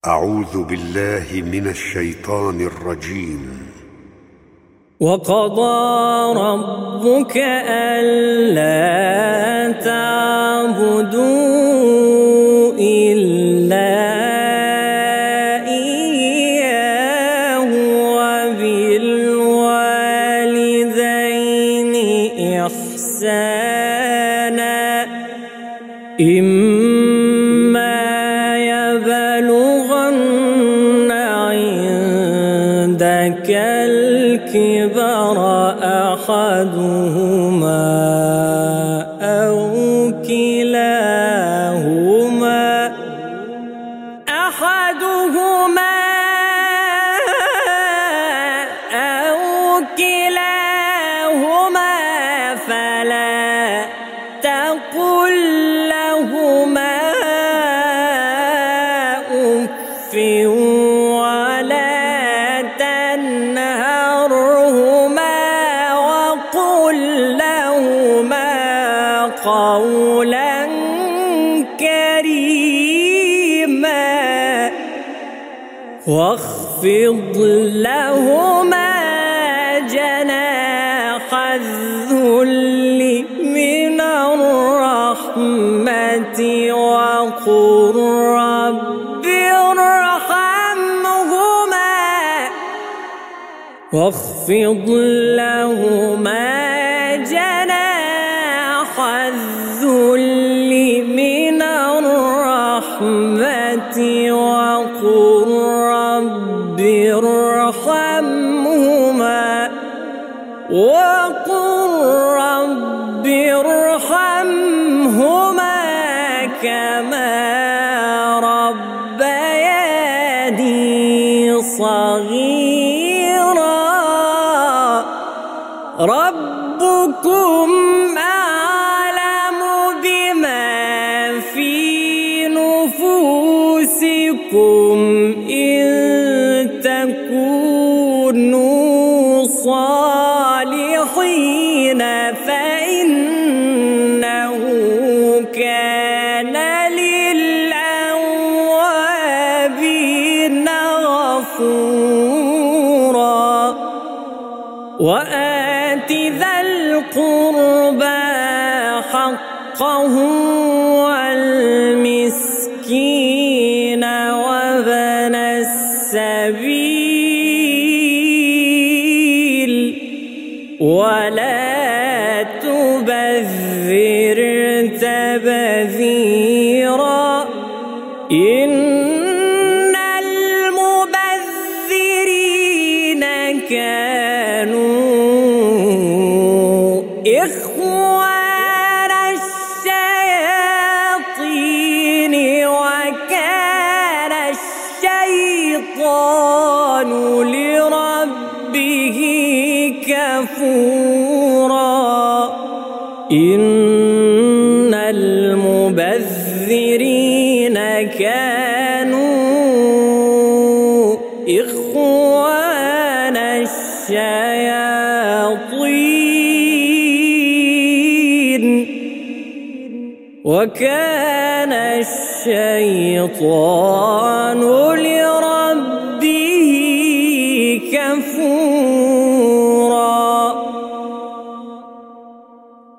أعوذ بالله من الشيطان الرجيم. وقضى ربك ألا تعبدوا إلا إياه وبالوالدين إحسانا إما يبلغن عندك الكبر أحدهما أو كلاهما فلا تقل لهما أف ولا تنهرهما وقل لهما قولا كريما واخفض لهما جناح الذل من الرحمة وقل رب ارحمهما واخفض لهما جناح الذل من الرحمة وقل رب ارحمهما كما ربياني صغيرا ربكم أعلم بما في نفوسكم إن تكونوا صالحين فإنه كان للأوابين غفورا وآت ذا القربى حقه والمسكين وابن السبيل ولا تبذر تبذيرا إن المبذرين كانوا إخوان الشياطين وكان الشيطان لربه كفورا إن المبذرين كانوا إخوان الشياطين وكان الشيطان لربه كفورا